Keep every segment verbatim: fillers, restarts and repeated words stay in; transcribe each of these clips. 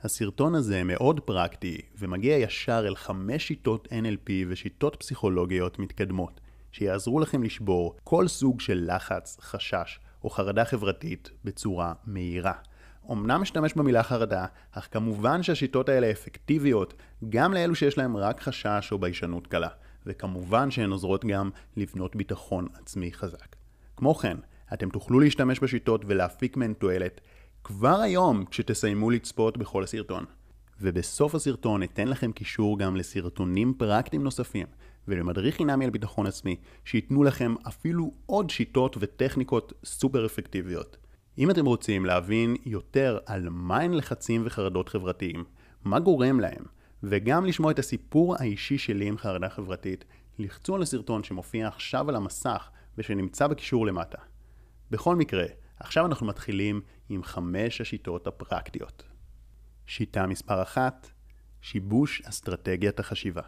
הסרטון הזה מאוד פרקטי ומגיע ישר אל חמש שיטות אן אל פי ושיטות פסיכולוגיות מתקדמות שיעזרו לכם לשבור כל סוג של לחץ, חשש או חרדה חברתית בצורה מהירה. אמנם משתמש במילה חרדה, אך כמובן שהשיטות האלה אפקטיביות גם לאלו שיש להם רק חשש או ביישנות קלה, וכמובן שהן עוזרות גם לבנות ביטחון עצמי חזק. כמו כן, אתם תוכלו להשתמש בשיטות ולהפיק מהן תועלת כבר היום כשתסיימו לצפות בכל הסרטון. ובסוף הסרטון ניתן לכם קישור גם לסרטונים פרקטיים נוספים ולמדריך חינמי על ביטחון עצמי שיתנו לכם אפילו עוד שיטות וטכניקות סופר אפקטיביות. אם אתם רוצים להבין יותר על מהן לחצים וחרדות חברתיים, מה גורם להם, וגם לשמוע את הסיפור האישי שלי עם חרדה חברתית, לחצו על הסרטון שמופיע עכשיו על המסך ושנמצא בקישור למטה. בכל מקרה, עכשיו אנחנו מתחילים עם חמש השיטות הפרקטיות. שיטה מספר אחת, שיבוש אסטרטגיית החשיבה.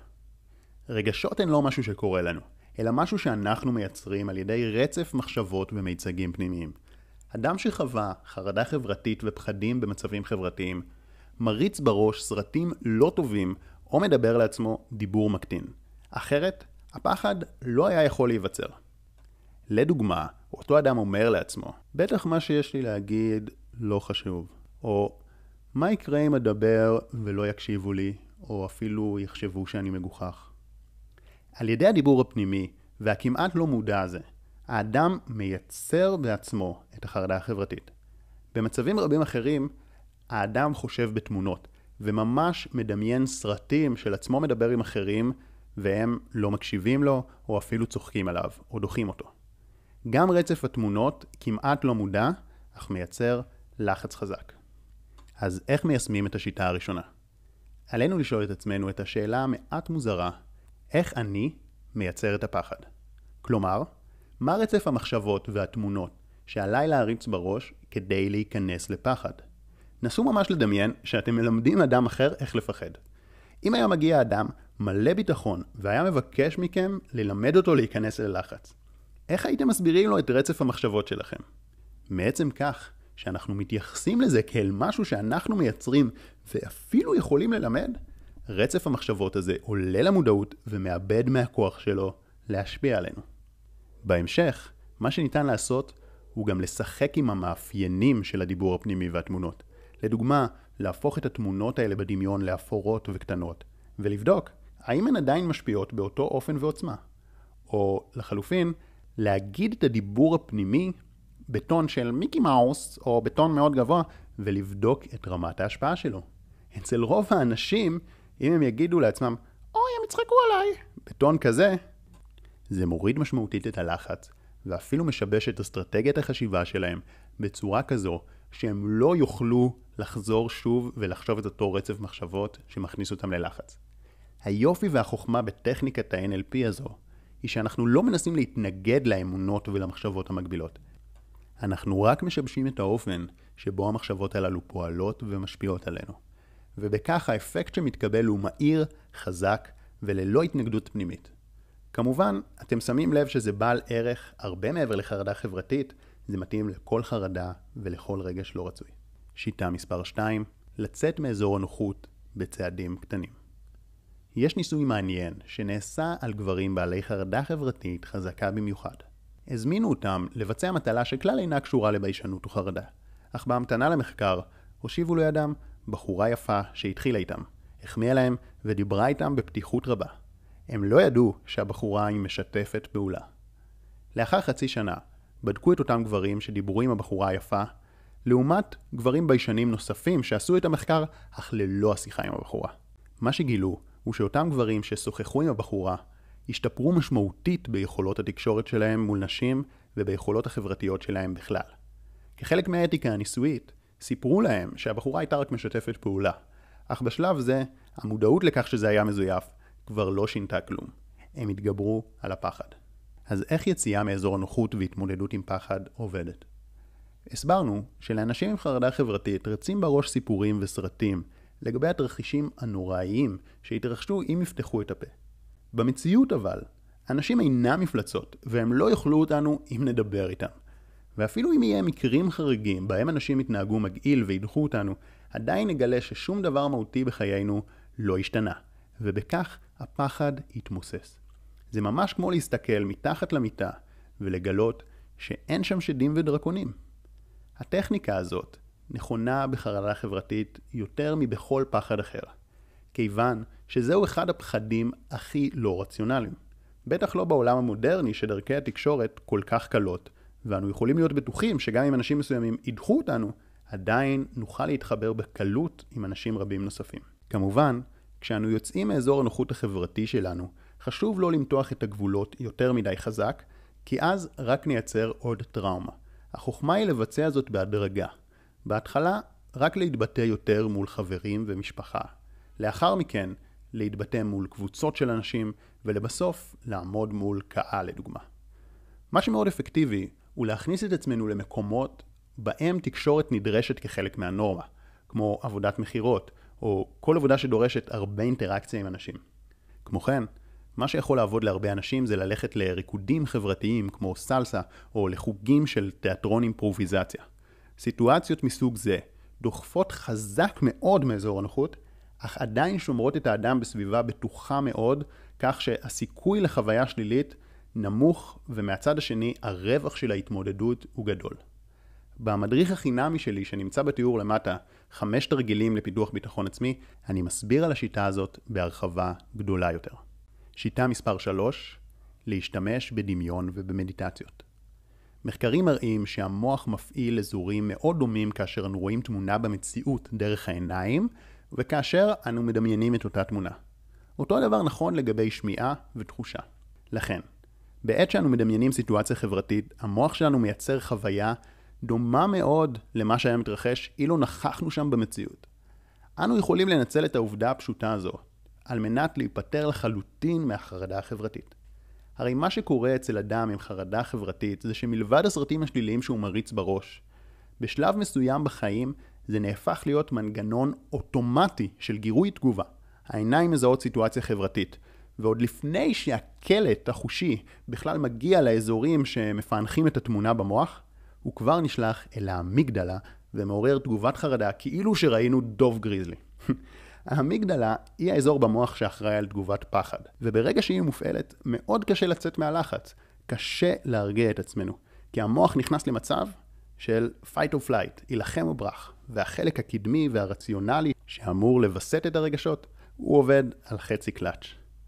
רגשות הן לא משהו שקורה לנו, אלא משהו שאנחנו מייצרים על ידי רצף מחשבות ומיצגים פנימיים. אדם שחווה חרדה חברתית ופחדים במצבים חברתיים, מריץ בראש סרטים לא טובים או מדבר לעצמו דיבור מקטין. אחרת, הפחד לא היה יכול להיווצר. לדוגמה, אותו אדם אומר לעצמו, בטח מה שיש לי להגיד לא חשוב. או, מה יקרה אם אדבר ולא יקשיבו לי, או אפילו יחשבו שאני מגוחך. על ידי הדיבור הפנימי והכמעט לא מודע הזה, האדם מייצר בעצמו את החרדה החברתית. במצבים רבים אחרים, האדם חושב בתמונות, וממש מדמיין סרטים של עצמו מדבר עם אחרים, והם לא מקשיבים לו, או אפילו צוחקים עליו, או דוחים אותו. גם רצף התמונות כמעט לא מודע, אך מייצר לחץ חזק. אז איך מיישמים את השיטה הראשונה? עלינו לשאול את עצמנו את השאלה המעט מוזרה, איך אני מייצר את הפחד? כלומר, מה רצף המחשבות והתמונות שעליי להריץ בראש כדי להיכנס לפחד? נסו ממש לדמיין שאתם מלמדים אדם אחר איך לפחד. אם היה מגיע אדם מלא ביטחון והיה מבקש מכם ללמד אותו להיכנס ללחץ, איך הייתם מסבירים לו את רצף המחשבות שלכם? מעצם כך שאנחנו מתייחסים לזה כאל משהו שאנחנו מייצרים ואפילו יכולים ללמד, רצף המחשבות הזה עולה למודעות ומאבד מהכוח שלו להשפיע עלינו. בהמשך, מה שניתן לעשות הוא גם לשחק עם המאפיינים של הדיבור הפנימי והתמונות. לדוגמה, להפוך את התמונות האלה בדמיון לאפורות וקטנות, ולבדוק האם הן עדיין משפיעות באותו אופן ועוצמה. או לחלופין, להגיד את הדיבור הפנימי בטון של מיקי מאוס או בטון מאוד גבוה, ולבדוק את רמת ההשפעה שלו. אצל רוב האנשים, אם הם יגידו לעצמם, אוי, הם יצחקו עליי, בטון כזה, זה מוריד משמעותית את הלחץ, ואפילו משבש את אסטרטגיית החשיבה שלהם בצורה כזו שהם לא יוכלו לחזור שוב ולחשוב את אותו רצף מחשבות שמכניס אותם ללחץ. היופי והחוכמה בטכניקת ה-אן אל פי הזו היא שאנחנו לא מנסים להתנגד לאמונות ולמחשבות המקבילות. אנחנו רק משבשים את האופן שבו המחשבות הללו פועלות ומשפיעות עלינו. ובכך האפקט שמתקבל הוא מהיר, חזק וללא התנגדות פנימית. כמובן, אתם שמים לב שזה בעל ערך הרבה מעבר לחרדה חברתית, זה מתאים לכל חרדה ולכל רגש לא רצוי. שיטה מספר שתיים, לצאת מאזור הנוחות בצעדים קטנים. יש ניסוי מעניין שנעשה על גברים בעלי חרדה חברתית חזקה במיוחד. הזמינו אותם לבצע מטלה שכלל אינה קשורה לביישנות וחרדה, אך בהמתנה למחקר הושיבו לידם בחורה יפה שהתחילה איתם, החמיאה להם ודיברה איתם בפתיחות רבה. הם לא ידעו שהבחורה היא משתפת פעולה. לאחר חצי שנה, בדקו את אותם גברים שדיברו עם הבחורה היפה, לעומת גברים ביישנים נוספים שעשו את המחקר, אך ללא השיחה עם הבחורה. מה שגילו הוא שאותם גברים ששוחחו עם הבחורה, השתפרו משמעותית ביכולות התקשורת שלהם מול נשים וביכולות החברתיות שלהם בכלל. כחלק מהאתיקה הניסויית, סיפרו להם שהבחורה הייתה רק משתפת פעולה, אך בשלב זה, המודעות לכך שזה היה מזויף, כבר לא שינתה כלום. הם התגברו על הפחד. אז איך יציאה מאזור הנוחות והתמודדות עם פחד עובדת? הסברנו שלאנשים עם חרדה חברתית רצים בראש סיפורים וסרטים לגבי התרחישים הנוראיים שהתרחשו אם יפתחו את הפה. במציאות אבל, אנשים אינם מפלצות והם לא יאכלו אותנו אם נדבר איתם. ואפילו אם יהיה מקרים חריגים בהם אנשים יתנהגו מגעיל וידחו אותנו, עדיין נגלה ששום דבר מהותי בחיינו לא השתנה, ובכך הפחד יתמוסס. זה ממש כמו להסתכל מתחת למיטה ולגלות שאין שם שדים ודרקונים. הטכניקה הזאת נכונה בחרדה חברתית יותר מבכל פחד אחר, כיוון שזהו אחד הפחדים הכי לא רציונליים. בטח לא בעולם המודרני שדרכי התקשורת כל כך קלות, ואנו יכולים להיות בטוחים שגם אם אנשים מסוימים ידחו אותנו, עדיין נוכל להתחבר בקלות עם אנשים רבים נוספים. כמובן, כשאנו יוצאים מאזור הנוחות החברתי שלנו, חשוב לא למתוח את הגבולות יותר מדי חזק, כי אז רק נייצר עוד טראומה. החוכמה היא לבצע זאת בהדרגה. בהתחלה, רק להתבטא יותר מול חברים ומשפחה. לאחר מכן, להתבטא מול קבוצות של אנשים, ולבסוף, לעמוד מול קהל לדוגמה. מה שמאוד אפקטיבי, הוא להכניס את עצמנו למקומות בהם תקשורת נדרשת כחלק מהנורמה, כמו עבודת מחירות, או כל עבודה שדורשת הרבה אינטראקציה עם אנשים. כמו כן, מה שיכול לעבוד להרבה אנשים זה ללכת לריקודים חברתיים כמו סלסה, או לחוגים של תיאטרון אימפרוביזציה. סיטואציות מסוג זה דוחפות חזק מאוד מאזור הנוחות, אך עדיין שומרות את האדם בסביבה בטוחה מאוד, כך שהסיכוי לחוויה שלילית נמוך, ומהצד השני הרווח של ההתמודדות הוא גדול. במדריך החינמי שלי שנמצא בתיאור למטה, חמש תרגילים לפיתוח ביטחון עצמי, אני מסביר על השיטה הזאת בהרחבה גדולה יותר. שיטה מספר שלוש, להשתמש בדמיון ובמדיטציות. מחקרים מראים שהמוח מפעיל אזורים מאוד דומים כאשר אנו רואים תמונה במציאות דרך העיניים, וכאשר אנו מדמיינים את אותה תמונה. אותו הדבר נכון לגבי שמיעה ותחושה. לכן, בעת שאנו מדמיינים סיטואציה חברתית, המוח שלנו מייצר חוויה דומה מאוד למה שהיה מתרחש אילו נכחנו שם במציאות. אנו יכולים לנצל את העובדה הפשוטה הזו, על מנת להיפטר לחלוטין מהחרדה החברתית. הרי מה שקורה אצל אדם עם חרדה חברתית זה שמלבד הסרטים השליליים שהוא מריץ בראש, בשלב מסוים בחיים זה נהפך להיות מנגנון אוטומטי של גירוי תגובה. העיניים מזהות סיטואציה חברתית, ועוד לפני שהקלט החושי בכלל מגיע לאזורים שמפענחים את התמונה במוח, הוא כבר נשלח אל האמיגדלה ומעורר תגובת חרדה כאילו שראינו דוב גריזלי. האמיגדלה היא האזור במוח שאחראי על תגובת פחד, וברגע שהיא מופעלת מאוד קשה לצאת מהלחץ, קשה להרגיע את עצמנו, כי המוח נכנס למצב של fight or flight, ילחם או ברח, והחלק הקדמי והרציונלי שאמור לבסט את הרגשות, הוא עובד על חצי קלאץ'.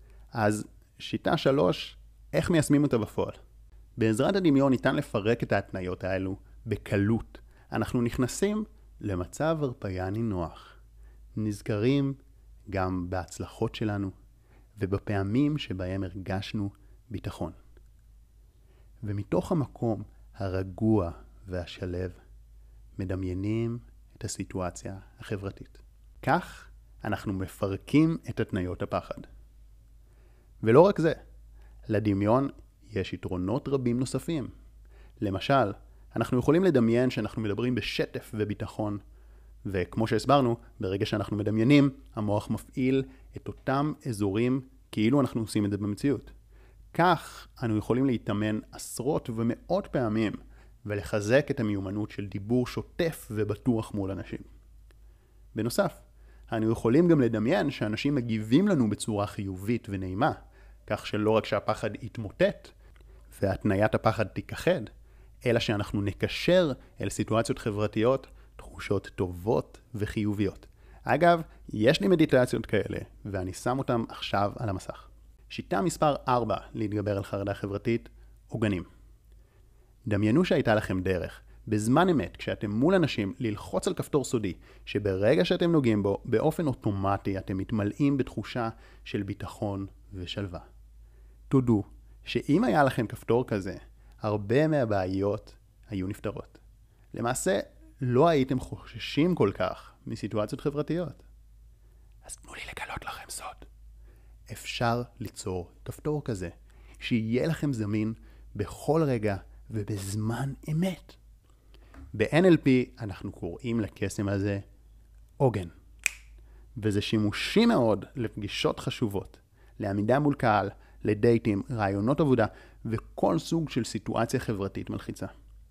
אז שיטה שלוש, איך מיישמים אותה בפועל? בעזרת הדמיון ניתן לפרק את ההתניות האלו בקלות. אנחנו נכנסים למצב הרפאיה נינוח. נזכרים גם בהצלחות שלנו ובפעמים שבהם הרגשנו ביטחון. ומתוך המקום הרגוע והשלב מדמיינים את הסיטואציה החברתית. כך אנחנו מפרקים את התניות הפחד. ולא רק זה, לדמיון יש יתרונות רבים נוספים. למשל, אנחנו יכולים לדמיין שאנחנו מדברים בשטף וביטחון, וכמו שהסברנו, ברגע שאנחנו מדמיינים, המוח מפעיל את אותם אזורים כאילו אנחנו עושים את זה במציאות. כך אנו יכולים להתאמן עשרות ומאות פעמים ולחזק את המיומנות של דיבור שוטף ובטוח מול אנשים. בנוסף, אנו יכולים גם לדמיין שאנשים מגיבים לנו בצורה חיובית ונעימה, כך שלא רק שהפחד יתמוטט והתניית הפחד תיכחד, אלא שאנחנו נקשר אל סיטואציות חברתיות תחושות טובות וחיוביות. אגב, יש לי מדיטציות כאלה, ואני שם אותם עכשיו על המסך. שיטה מספר ארבע להתגבר על חרדה חברתית, עוגנים. דמיינו שהייתה לכם דרך, בזמן אמת, כשאתם מול אנשים, ללחוץ על כפתור סודי, שברגע שאתם נוגעים בו, באופן אוטומטי אתם מתמלאים בתחושה של ביטחון ושלווה. תודו שאם היה לכם כפתור כזה, הרבה מהבעיות היו נפתרות. למעשה, לא הייתם חוששים כל כך מסיטואציות חברתיות. אז תנו לי לגלות לכם סוד. אפשר ליצור כפתור כזה, שיהיה לכם זמין בכל רגע ובזמן אמת. ב-אן אל פי אנחנו קוראים לקסם הזה עוגן. וזה שימושי מאוד לפגישות חשובות, לעמידה מול קהל, לדייטים, רעיונות עבודה וכל סוג של סיטואציה חברתית מלחיצה.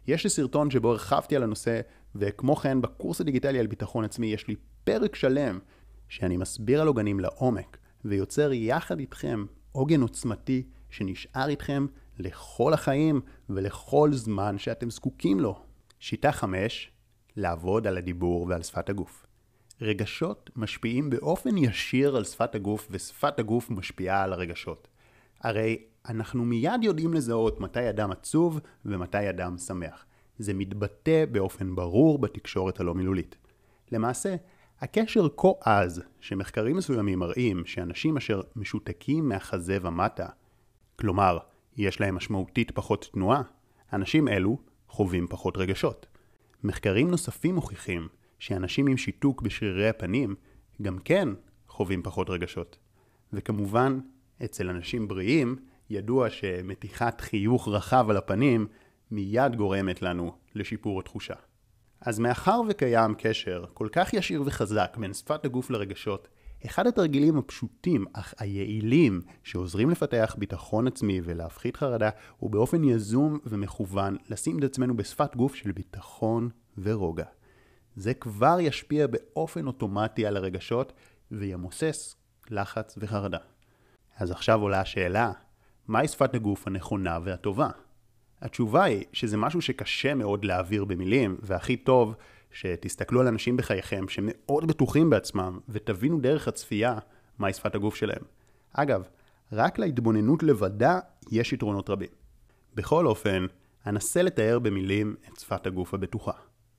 יש לי סרטון שבו הרחבתי על הנושא, וכמו כן בקורס הדיגיטלי על ביטחון עצמי יש לי פרק שלם שאני מסביר על עוגנים לעומק, ויוצר יחד איתכם עוגן עוצמתי שנשאר איתכם לכל החיים ולכל זמן שאתם זקוקים לו. שיטה חמש, לעבוד על הדיבור ועל שפת הגוף. רגשות משפיעים באופן ישיר על שפת הגוף, ושפת הגוף משפיעה על הרגשות. הרי אנחנו מיד יודעים לזהות מתי אדם עצוב ומתי אדם שמח. זה מתבטא באופן ברור בתקשורת הלא מילולית. למעשה, הקשר כה עז שמחקרים מסוימים מראים שאנשים אשר משותקים מהחזה ומטה, כלומר, יש להם משמעותית פחות תנועה, אנשים אלו חווים פחות רגשות. מחקרים נוספים מוכיחים שאנשים עם שיתוק בשרירי הפנים גם כן חווים פחות רגשות. וכמובן, אצל אנשים בריאים ידוע שמתיחת חיוך רחב על הפנים מיד גורמת לנו לשיפור התחושה. אז מאחר וקיים קשר כל כך ישיר וחזק בין שפת הגוף לרגשות, אחד התרגילים הפשוטים אך היעילים שעוזרים לפתח ביטחון עצמי ולהפחית חרדה הוא באופן יזום ומכוון לשים את עצמנו בשפת גוף של ביטחון ורוגע. זה כבר ישפיע באופן אוטומטי על הרגשות וימוסס לחץ וחרדה. אז עכשיו עולה השאלה, מהי שפת הגוף הנכונה והטובה? התשובה היא שזה משהו שקשה מאוד להעביר במילים, והכי טוב שתסתכלו על אנשים בחייכם שמאוד בטוחים בעצמם ותבינו דרך הצפייה מהי שפת הגוף שלהם. אגב, רק להתבוננות לבדה יש יתרונות רבים. בכל אופן, אנסה לתאר במילים את שפת הגוף הבטוחה.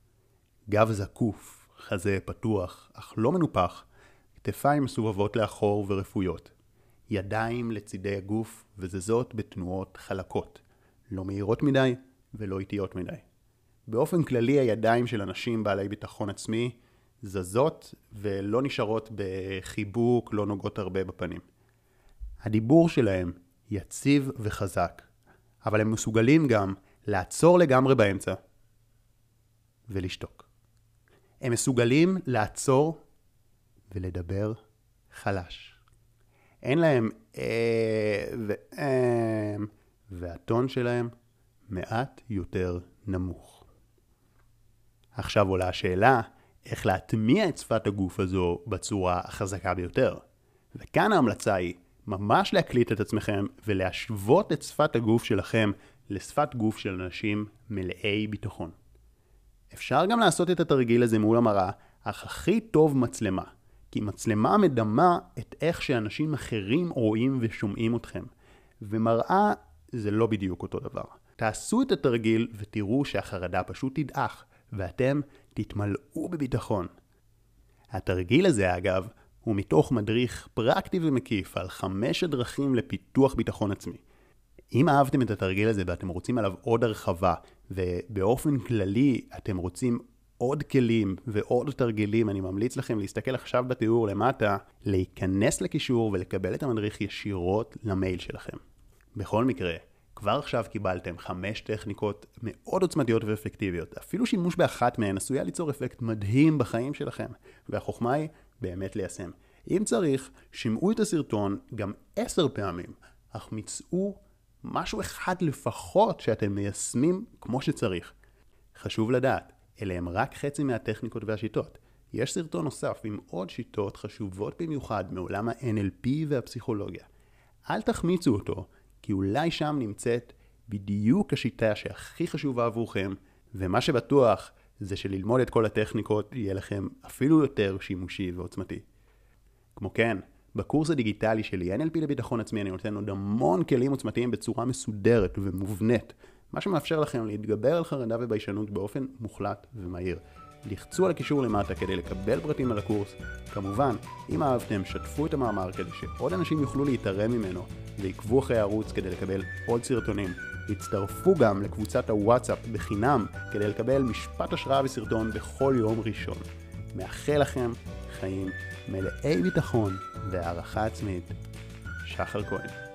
גב זקוף, חזה פתוח, אך לא מנופח, כתפיים מסובבות לאחור ורפויות. ידיים לצידי הגוף וזזות בתנועות חלקות, לא מהירות מדי ולא איטיות מדי. באופן כללי הידיים של אנשים בעלי ביטחון עצמי זזות ולא נשארות בחיבוק, לא נוגעות הרבה בפנים. הדיבור שלהם יציב וחזק, אבל הם מסוגלים גם לעצור לגמרי באמצע ולשתוק. הם מסוגלים לעצור ולדבר חלש. אין להם אה ואה, והטון שלהם מעט יותר נמוך. עכשיו עולה השאלה, איך להטמיע את שפת הגוף הזו בצורה החזקה ביותר. וכאן ההמלצה היא ממש להקליט את עצמכם ולהשוות את שפת הגוף שלכם לשפת גוף של אנשים מלאי ביטחון. אפשר גם לעשות את התרגיל הזה מול המראה, אך הכי טוב מצלמה. כי מצלמה מדמה את איך שאנשים אחרים רואים ושומעים אתכם. ומראה זה לא בדיוק אותו דבר. תעשו את התרגיל ותראו שהחרדה פשוט תדעך, ואתם תתמלאו בביטחון. התרגיל הזה אגב, הוא מתוך מדריך פרקטי ומקיף על חמש הדרכים לפיתוח ביטחון עצמי. אם אהבתם את התרגיל הזה ואתם רוצים עליו עוד הרחבה, ובאופן כללי אתם רוצים עוד כלים ועוד תרגילים, אני ממליץ לכם להסתכל עכשיו בתיאור למטה, להיכנס לקישור ולקבל את המדריך ישירות למייל שלכם. בכל מקרה, כבר עכשיו קיבלתם חמש טכניקות מאוד עוצמתיות ואפקטיביות. אפילו שימוש באחת מהן עשויה ליצור אפקט מדהים בחיים שלכם, והחוכמה היא באמת ליישם. אם צריך, שמעו את הסרטון גם עשר פעמים, אך מצאו משהו אחד לפחות שאתם מיישמים כמו שצריך. חשוב לדעת, אלה הם רק חצי מהטכניקות והשיטות. יש סרטון נוסף עם עוד שיטות חשובות במיוחד מעולם ה-אן אל פי והפסיכולוגיה. אל תחמיצו אותו, כי אולי שם נמצאת בדיוק השיטה שהכי חשובה עבורכם, ומה שבטוח זה שללמוד את כל הטכניקות יהיה לכם אפילו יותר שימושי ועוצמתי. כמו כן, בקורס הדיגיטלי שלי, אן אל פי לביטחון עצמי, אני נותן עוד המון כלים עוצמתיים בצורה מסודרת ומובנית, מה שמאפשר לכם להתגבר על חרדה וביישנות באופן מוחלט ומהיר. לחצו על הקישור למטה כדי לקבל פרטים על הקורס. כמובן, אם אהבתם, שתפו את המאמר כדי שעוד אנשים יוכלו להתערם ממנו, ועקבו אחרי הערוץ כדי לקבל עוד סרטונים. הצטרפו גם לקבוצת הוואטסאפ בחינם כדי לקבל משפט השראה וסרטון בכל יום ראשון. מאחל לכם חיים מלאי ביטחון והערכה עצמית. שחר כהן.